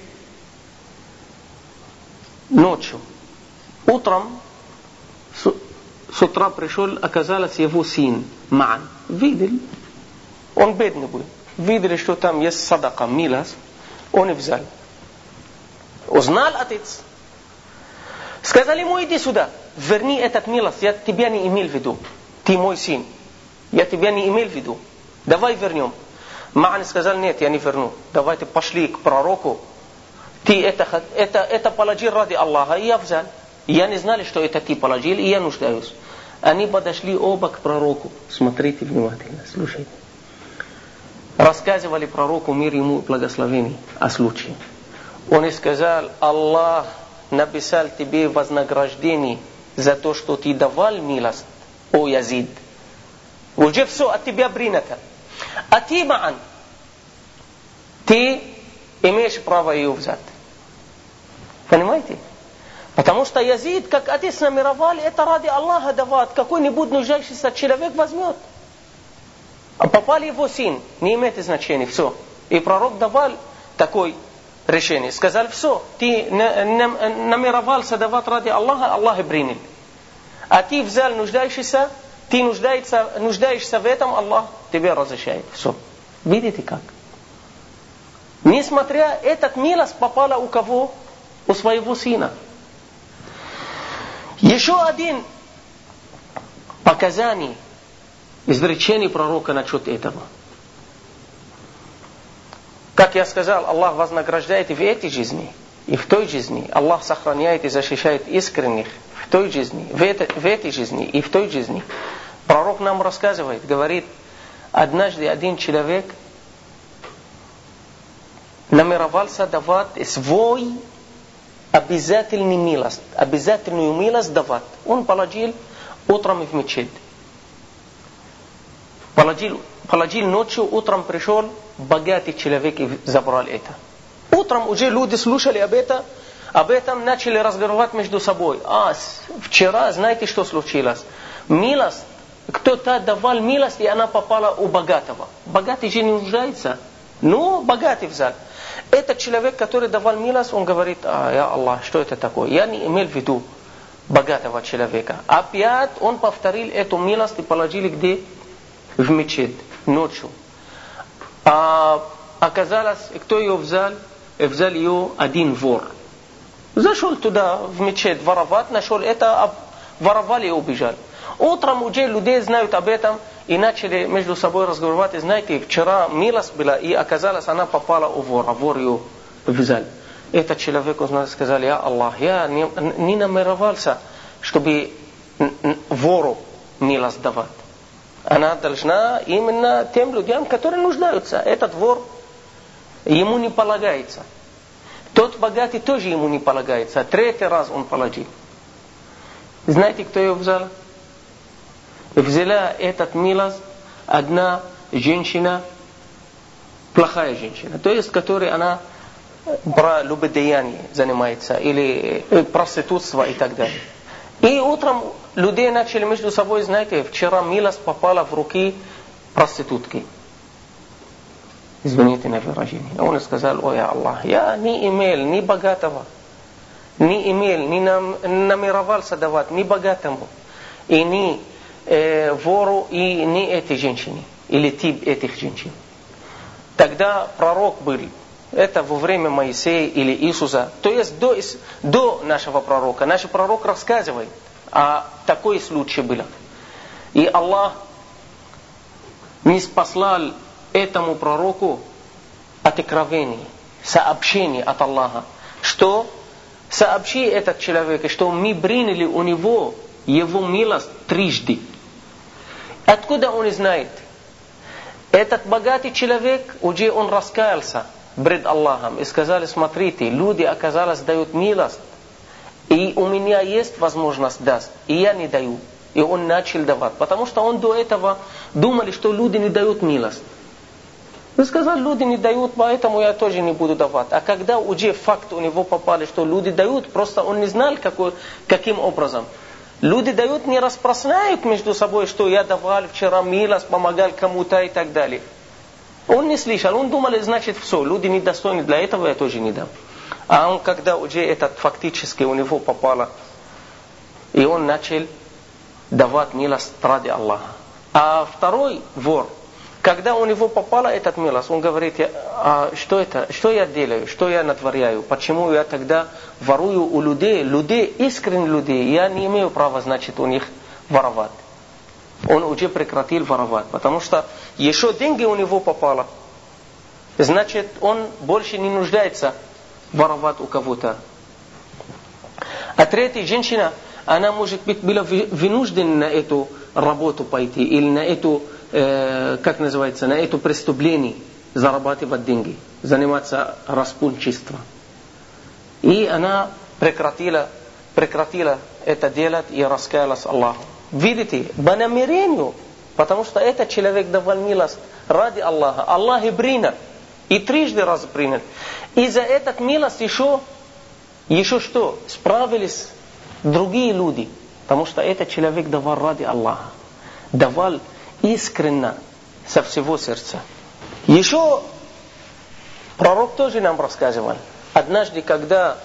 ночью. Утром с утра пришел, оказалось, его сын Ма'ан. Видели, он бедный был. Видели, что там есть садака, милость. Он и взял. Узнал отец. Сказали ему: иди сюда, верни этот милость, я тебя не имел в виду. Ты мой сын, я тебя не имел в виду. Давай вернем. Ма'ан сказал: нет, я не верну. Давайте пошли к пророку. Ты это, это, это положил ради Аллаха, и я взял. Я не знали, что это ты положил, и я нуждаюсь. Они подошли оба к пророку. Смотрите внимательно, слушайте. Рассказывали пророку, мир ему благословений, о случае. Он сказал: Аллах написал тебе вознаграждение за то, что ты давал милость, о Язид. Уже все от тебя принято. А ты, Ма'ан, ты имеешь право ее взять. Понимаете? Потому что Язид, как отец намеревал, это ради Аллаха давать. Какой-нибудь нуждающийся человек возьмет. А попал его сын, не имеет значения, все. И пророк давал такое решение. Сказал: все, ты намеревался давать ради Аллаха, Аллах принял. А ты взял нуждающийся, ты нуждаешься, нуждаешься в этом, Аллах тебе разрешает. Все. Видите как? Несмотря, этот милость попала у кого? У своего сына. Еще один показание, изречение пророка насчет этого. Как я сказал, Аллах вознаграждает и в этой жизни, и в той жизни. Аллах сохраняет и защищает искренних в той жизни, в этой, в этой жизни и в той жизни. Пророк нам рассказывает, говорит: однажды один человек намеревался давать свой обязательный милость, обязательную милость давать. Он положил утром в мечеть. Положил, положил ночью, утром пришел богатый человек и забрал это. Утром уже люди слушали об этом, об этом начали разговаривать между собой. А, вчера, знаете, что случилось? Милость, кто-то давал милость, и она попала у богатого. Богатый же не нуждается. Ну, богатый взял. Этот человек, который давал милость, он говорит: а, я Аллах, что это такое? Я не имел в виду богатого человека. Опять он повторил эту милость и положили где? В мечеть, ночью. А оказалось, кто ее взял? и взял ее один вор. Зашел туда в мечеть воровать, нашел это, воровали и убежали. Утром уже люди знают об этом и начали между собой разговаривать. И знаете, вчера милость была, и оказалось, она попала у вора, вор ее взял. Этот человек сказал: я Аллах, я не, не намеревался, чтобы вору милость давать. Она должна именно тем людям, которые нуждаются. Этот вор, ему не полагается. Тот богатый тоже ему не полагается. Третий раз он положил. Знаете, кто ее взял? Взяла этот милость одна женщина, плохая женщина, то есть, которой она любодеяние занимается, или проститутство и так далее. И утром люди начали между собой, знаете, вчера милость попала в руки проститутки. Извините на выражение. Он сказал: ой, Аллах, я не имел ни богатого, не имел, не намеревался давать ни богатому, и ни э, вору, и ни этой женщине, или тип этих женщин. Тогда пророк был, это во время Моисея или Иисуса, то есть до, до нашего пророка. Наш пророк рассказывает, а такой случай был. И Аллах не спаслал этому пророку откровение, сообщение от Аллаха, что сообщи этот человек, что мы приняли у него его милость трижды. Откуда он знает? Этот богатый человек, уже он раскаялся пред Аллахом и сказали: смотрите, люди, оказалось, дают милость, и у меня есть возможность даст, и я не даю. И он начал давать, потому что он до этого думали, что люди не дают милость. И сказал: люди не дают, поэтому я тоже не буду давать. А когда уже факт у него попали, что люди дают, просто он не знал, какой, каким образом. Люди дают, не распространяют между собой, что я давал вчера милость, помогал кому-то и так далее. Он не слышал, он думал, значит все, люди недостойны для этого, я тоже не дам. А он, когда уже это фактически у него попало, и он начал давать милость ради Аллаха. А второй вор, когда у него попала этот милость, он говорит: а что это, что я делаю, что я натворяю, почему я тогда ворую у людей, людей, искренних людей, я не имею права, значит, у них воровать. Он уже прекратил воровать, потому что еще деньги у него попало, значит, он больше не нуждается воровать у кого-то. А третья женщина, она, может быть, была вынуждена на эту работу пойти, или на эту, э, как называется, на это преступление, зарабатывать деньги, заниматься распутничеством. И она прекратила, прекратила это делать и раскаялась Аллаху. Видите, по намерению, потому что этот человек давал милость ради Аллаха. Аллах и принял, и трижды раз принял. И за этот милость еще, еще что? Справились другие люди, потому что этот человек давал ради Аллаха, давал искренне, со всего сердца. Еще пророк тоже нам рассказывал. Однажды, когда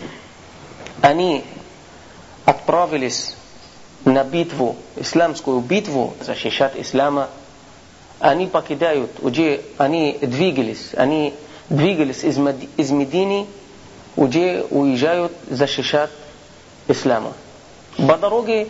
они отправились на битву, исламскую битву, защищать ислама, они покидают, уже они двигались, они двигались из, из Медины, уже уезжают защищать ислама. По дороге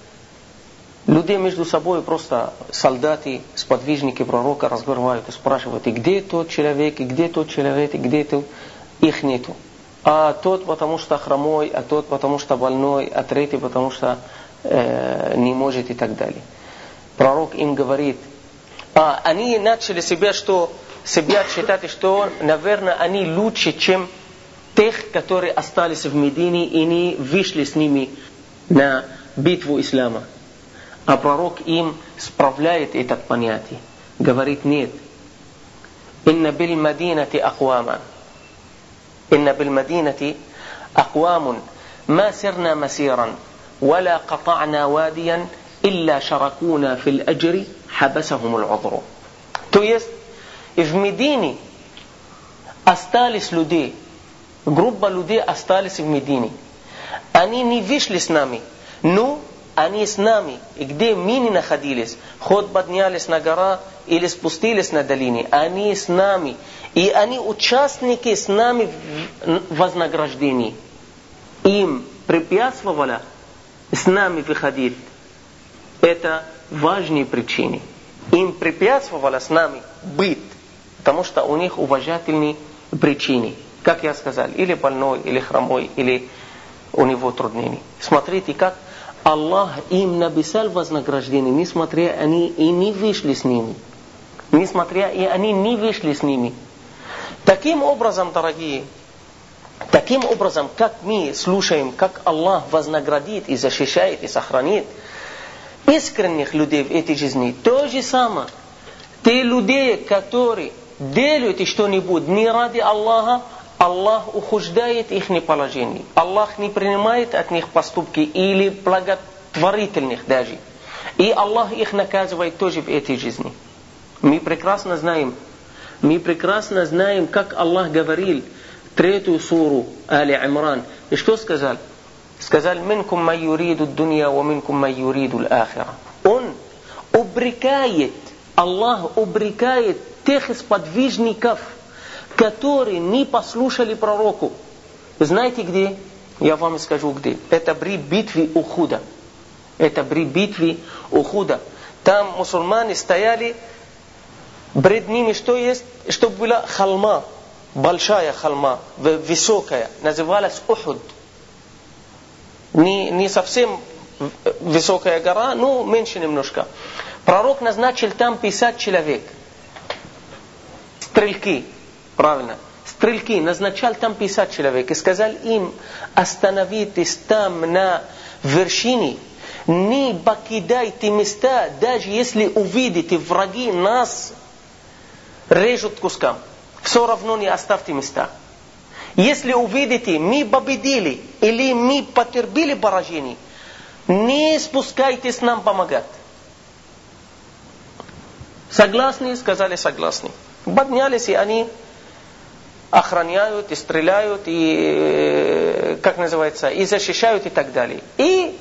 люди между собой, просто солдаты, сподвижники пророка разговаривают и спрашивают: и где тот человек, и где тот человек, и где тот, их нету. А тот потому что хромой, а тот потому что больной, а третий потому что э, не может и так далее. Пророк им говорит, а они начали себя, что, себя считать, что, наверное, они лучше, чем тех, которые остались в Медине и не вышли с ними на битву ислама. А пророк им справляет это понятие. Говорит: нет. Инна бил мадинати аквама. Инна бил мадинати аквамун. Ма сирна масиран. Вала катa'на вадиян. Илля шаракуна фил аджри. Хабасахум аль-удру. То есть, в Медине остались люди. Группа людей остались в Медине. Они не вышли с нами. Но они с нами, и где мы не находились, хоть поднялись на гора или спустились на долине, они с нами. И они участники с нами в вознаграждении. Им препятствовало с нами выходить. Это важные причины. Им препятствовало с нами быть, потому что у них уважительные причины. Как я сказал, или больной, или хромой, или у него труднения. Смотрите, как Аллах им написал вознаграждение, несмотря они и не вышли с ними. Несмотря и они не вышли с ними. Таким образом, дорогие, таким образом, как мы слушаем, как Аллах вознаградит и защищает и сохранит искренних людей в этой жизни, то же самое. Те люди, которые делают что-нибудь не ради Аллаха, Аллах ухудшает их положение. Аллах не принимает от них поступки или благотворительных даже. И Аллах их наказывает тоже в этой жизни. Мы прекрасно знаем, мы прекрасно знаем, как Аллах говорил третью суру Али Имран. И что сказал? Сказал: «Минкум май юриду дунья, ва минкум май юриду л-ахира». Он обрекает, Аллах обрекает тех сподвижников, которые не послушали пророку. Знаете где? Я вам скажу где. Это при битве Ухуда. Это при битве Ухуда. Там мусульмане стояли, пред ними что есть? Что была холма, большая холма, высокая, называлась Ухуд. Не, не совсем высокая гора, но меньше немножко. Пророк назначил там пятьдесят человек. Стрелки. Правильно. Стрелки. Назначал там пятьдесят человек. И сказал им: остановитесь там на вершине. Не покидайте места, даже если увидите враги нас режут кускам. Все равно не оставьте места. Если увидите, мы победили или мы потерпели поражение, не спускайтесь нам помогать. Согласны? Сказали согласны. Поднялись, и они охраняют, и стреляют, и, как называется, и защищают, и так далее. И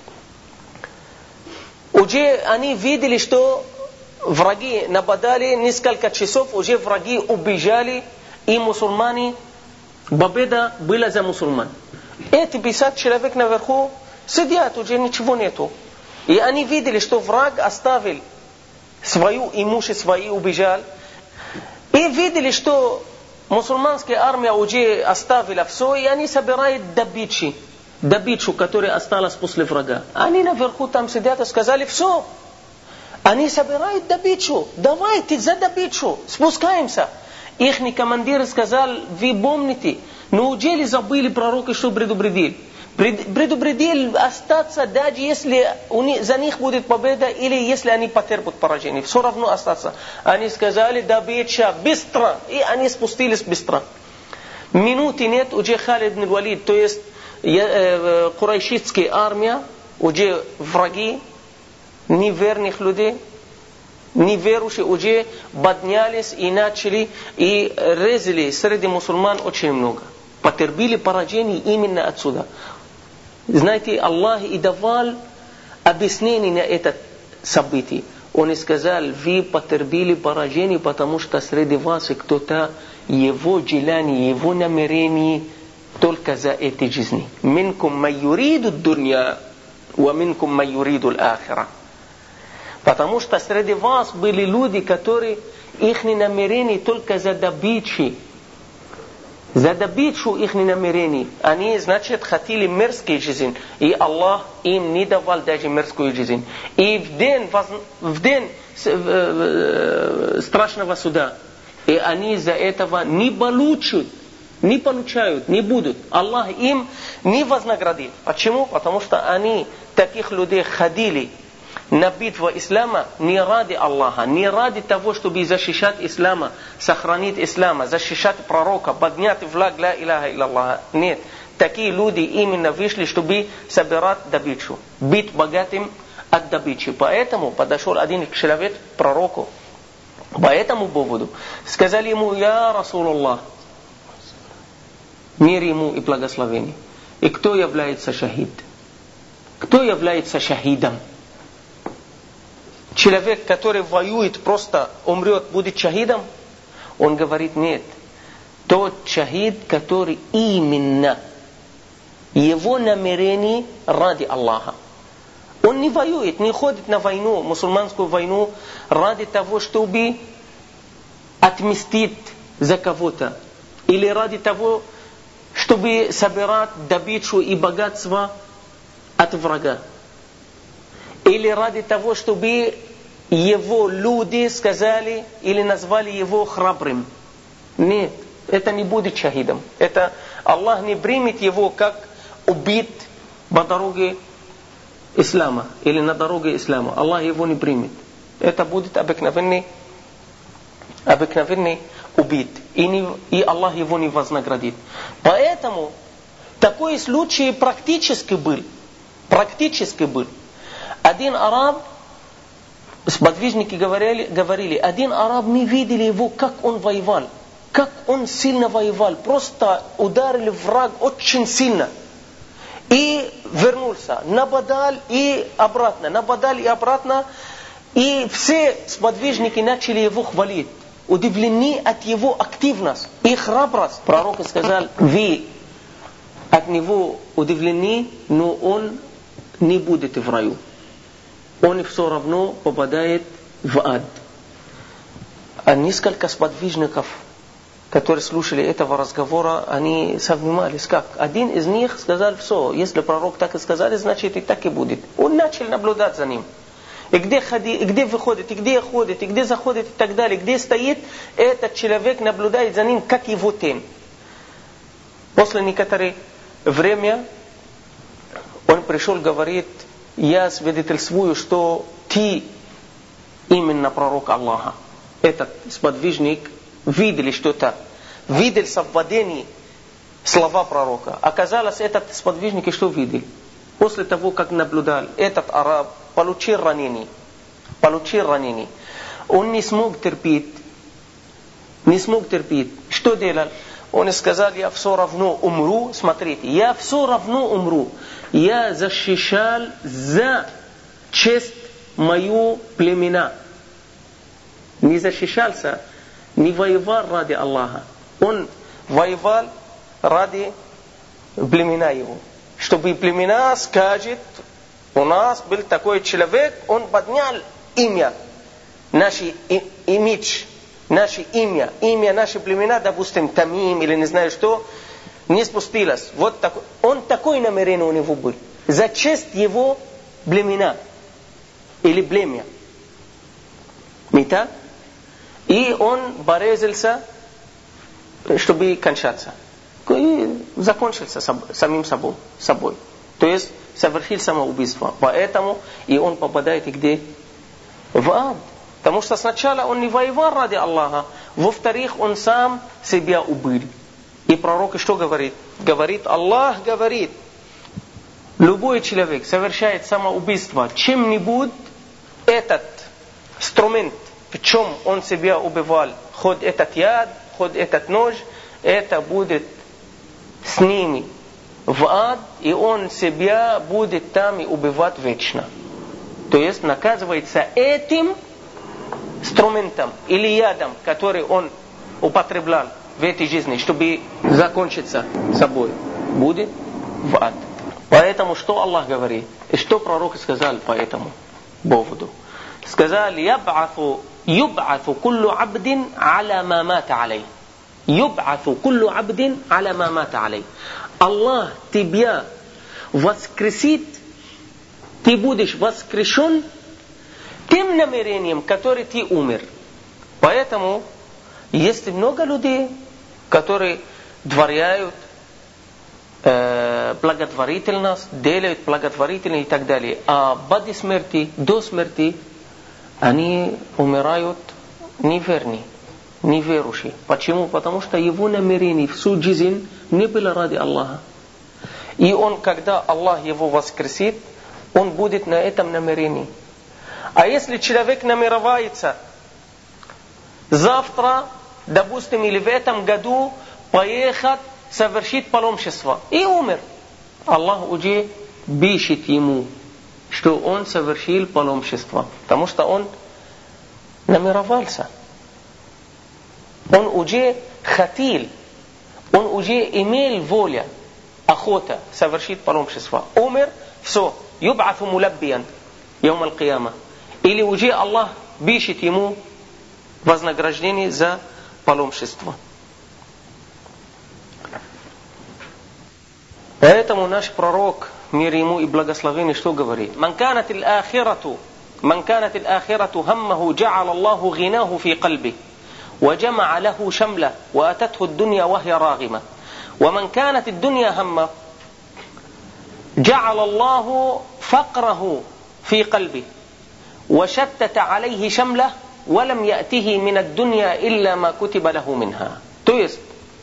уже они видели, что враги нападали, несколько часов уже враги убежали, и мусульмане, победа была за мусульман. Эти пятьдесят человек наверху сидят, уже ничего нету. И они видели, что враг оставил свое имущество и убежал. И видели, что мусульманская армия уже оставила все, и они собирают добычу, добычу, которая осталась после врага. Они наверху там сидят и сказали: все, они собирают добычу, давайте за добычу, спускаемся. Ихний командир сказал: вы помните, неужели забыли пророка, что предупредил? Предупредил остаться, даже если за них будет победа, или если они потерпят поражение. Все равно остаться. Они сказали: добыча, быстро. И они спустились быстро. Минуты нет, уже Халид ибн Валид, то есть курайшитская армия, уже враги, неверных людей, неверующие уже поднялись и начали, и резали среди мусульман очень много. Потерпели поражение именно отсюда. Знаете, Аллах и давал объяснение на это событие. Он сказал: вы потерпели поражение, потому что среди вас кто-то его желание, его намерение только за этой жизни. Минкум май юриду дунья, ва минкум май юриду л-ахира. Потому что среди вас были люди, которые их намерения только за добычу. За добычу их намерений. Они, значит, хотели мирскую жизнь. И Аллах им не давал даже мирскую жизнь. И в день, в день страшного суда, и они за этого не получат, не получают, не будут. Аллах им не вознаградит. Почему? Потому что они таких людей ходили на битву ислама не ради Аллаха, не ради того, чтобы защищать ислама, сохранить ислама, защищать пророка, поднять флаг ла иляха илляллах. Нет. Такие люди именно вышли, чтобы собирать добычу, быть богатым от добычи. Поэтому подошел один человек к пророку по этому поводу. Сказали ему: я Расулуллах, мир ему и благословение. И кто является шахид? Кто является шахидом? Человек, который воюет, просто умрет, будет шахидом? Он говорит, нет, тот шахид, который именно его намерение ради Аллаха. Он не воюет, не ходит на войну, мусульманскую войну, ради того, чтобы отмстить за кого-то. Или ради того, чтобы собирать добычу и богатство от врага. Или ради того, чтобы его люди сказали или назвали его храбрым. Нет, это не будет шахидом. Это Аллах не примет его как убит по дороге ислама или на дороге ислама. Аллах его не примет. Это будет обыкновенный, обыкновенный убит. И, не, и Аллах его не вознаградит. Поэтому такой случай практически был. Практически был. Один араб, сподвижники говорили, говорили, один араб, мы видели его, как он воевал. Как он сильно воевал. Просто ударили враг очень сильно. И вернулся. Нападал и обратно. Нападал и обратно. И все сподвижники начали его хвалить. Удивлены от его активности и храбрость. Пророк сказал, вы от него удивлены, но он не будет в раю. Он все равно попадает в ад. А несколько сподвижников, которые слушали этого разговора, они совнимались как. Один из них сказал, все, если пророк так и сказал, значит и так и будет. Он начал наблюдать за ним. И где, ходи, и где выходит, и где ходит, и где заходит, и так далее. Где стоит, этот человек наблюдает за ним, как его тень. После некоторое время он пришел, говорит, я свидетельствую, что ты именно пророк Аллаха. Этот сподвижник видели что-то, видел совпадение слова пророка. Оказалось, этот сподвижник что видел? После того, как наблюдал, этот араб получил ранение. Получил ранение. Он не смог терпеть. Не смог терпеть. Что делал? Он сказал, я все равно умру. Смотрите, я все равно умру. Я защищал за честь мою племена. Не защищался, не воевал ради Аллаха. Он воевал ради племена его. Чтобы племена скажет, у нас был такой человек, он поднял имя, наш имидж, наше имя, имя наших племена, допустим, Тамим или не знаю что, не спустилось. Вот такой. Он такой намерение у него был. За честь его племена или племя. Не так? И он боролся, чтобы кончаться. И закончился самим собой. собой. То есть совершил самоубийство. Поэтому и он попадает где? В ад. Потому что сначала он не воевал ради Аллаха. Во-вторых, он сам себя убил. И пророк что говорит? Говорит, Аллах говорит, любой человек совершает самоубийство чем-нибудь, этот инструмент, в чем он себя убивал, хоть этот яд, хоть этот нож, это будет с ними в ад, и он себя будет там и убивать вечно. То есть наказывается этим инструментом или ядом, который он употреблял в этой жизни, чтобы закончиться собой, будет в ад. Поэтому что Аллах говорит? И что пророк сказал по этому поводу? Сказал, «Яб'афу, юб'афу куллу абдин аля ма мата алей». Юб'афу куллу абдин аля ма мата алей. Аллах тебя воскресит, ты будешь воскрешен тем намерением, который ты умер. Поэтому есть много людей, которые творяют э, благотворительность, делают благотворительность и так далее. А после смерти, до смерти, они умирают неверны, неверующие. Почему? Потому что его намерение всю жизнь не было ради Аллаха. И он, когда Аллах его воскресит, он будет на этом намерении. А если человек намеревается завтра, допустим, или в этом году поехать совершить паломничество и умер, Аллах уже пишет ему, что он совершил паломничество, потому что он намеревался. Он уже хотел, он уже имел волю, охота совершить паломничество. Умер, все, юб'ату мулаббиян яум аль-кияма. Или уже Аллах пишет ему вознаграждение за паломничество. Поэтому наш пророк, мир ему и благословение, что говорит? «Ман канат аль-ахирату, ман канат аль-ахирату хаммаху, джа'ал Аллаху гинаху фи кальби, ва джама'a лаху шамла, ва ататху ад-дунья ва хия рагима. Ва ман канат ад-дунья хамма, джа'ал Аллаху факраху фи кальби, ва шаттата алейхи шамла, ва лам я'тихи мин ад-дунья илля ма кутиба лаху минха». То есть,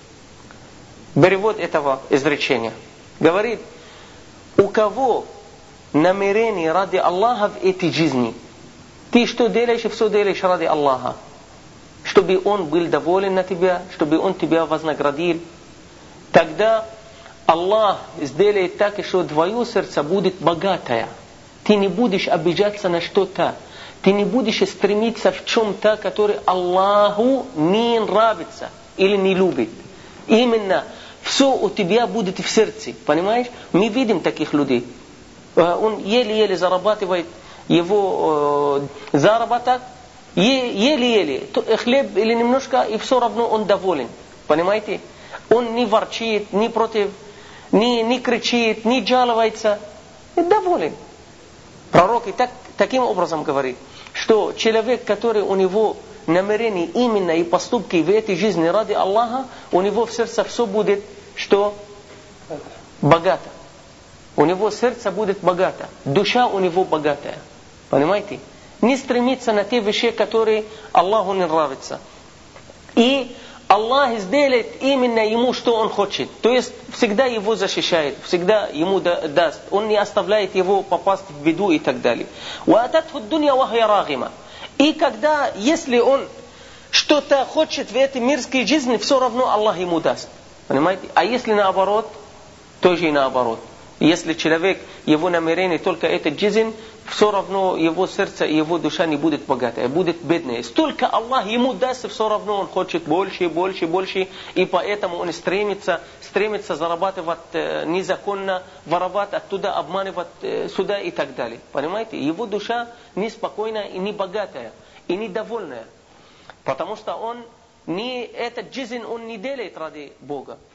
перевод этого изречения говорит, у кого намерение ради Аллаха в этой жизни, ты что делаешь, и все делаешь ради Аллаха, чтобы Он был доволен на тебя, чтобы Он тебя вознаградил, тогда Аллах сделает так, что твое сердце будет богатое. Ты не будешь обижаться на что-то, ты не будешь стремиться в чем-то, которое Аллаху не нравится или не любит. Именно все у тебя будет в сердце, понимаешь? Мы видим таких людей. Он еле-еле зарабатывает его э, заработок, еле-еле, хлеб или немножко, и все равно он доволен. Понимаете? Он не ворчит, не против, не, не кричит, не жалуется. И доволен. Пророк и так, таким образом говорит, что человек, который у него намерение именно и поступки в этой жизни ради Аллаха, у него в сердце все будет, что богато. У него сердце будет богато, душа у него богатая. Понимаете? Не стремиться на те вещи, которые Аллаху не нравятся. И Аллах сделает именно ему, что он хочет. То есть всегда его защищает, всегда ему даст. Он не оставляет его попасть в беду и так далее. وَأَتَتْهُ الدُّنْيَا وَهِيَ رَاغِمَةٌ. И когда, если он что-то хочет в этой мирской жизни, все равно Аллах ему даст. Понимаете? А если наоборот, тоже и наоборот. Если человек, его намерение только этот жизнь, все равно его сердце и его душа не будет богатая, будет бедная. Столько Аллах ему даст, все равно он хочет больше, больше, больше. И поэтому он стремится, стремится зарабатывать э, незаконно, воровать оттуда, обманывать э, сюда и так далее. Понимаете? Его душа неспокойная и не богатая, и недовольная. Потому что он не, этот жизнь он не делает ради Бога.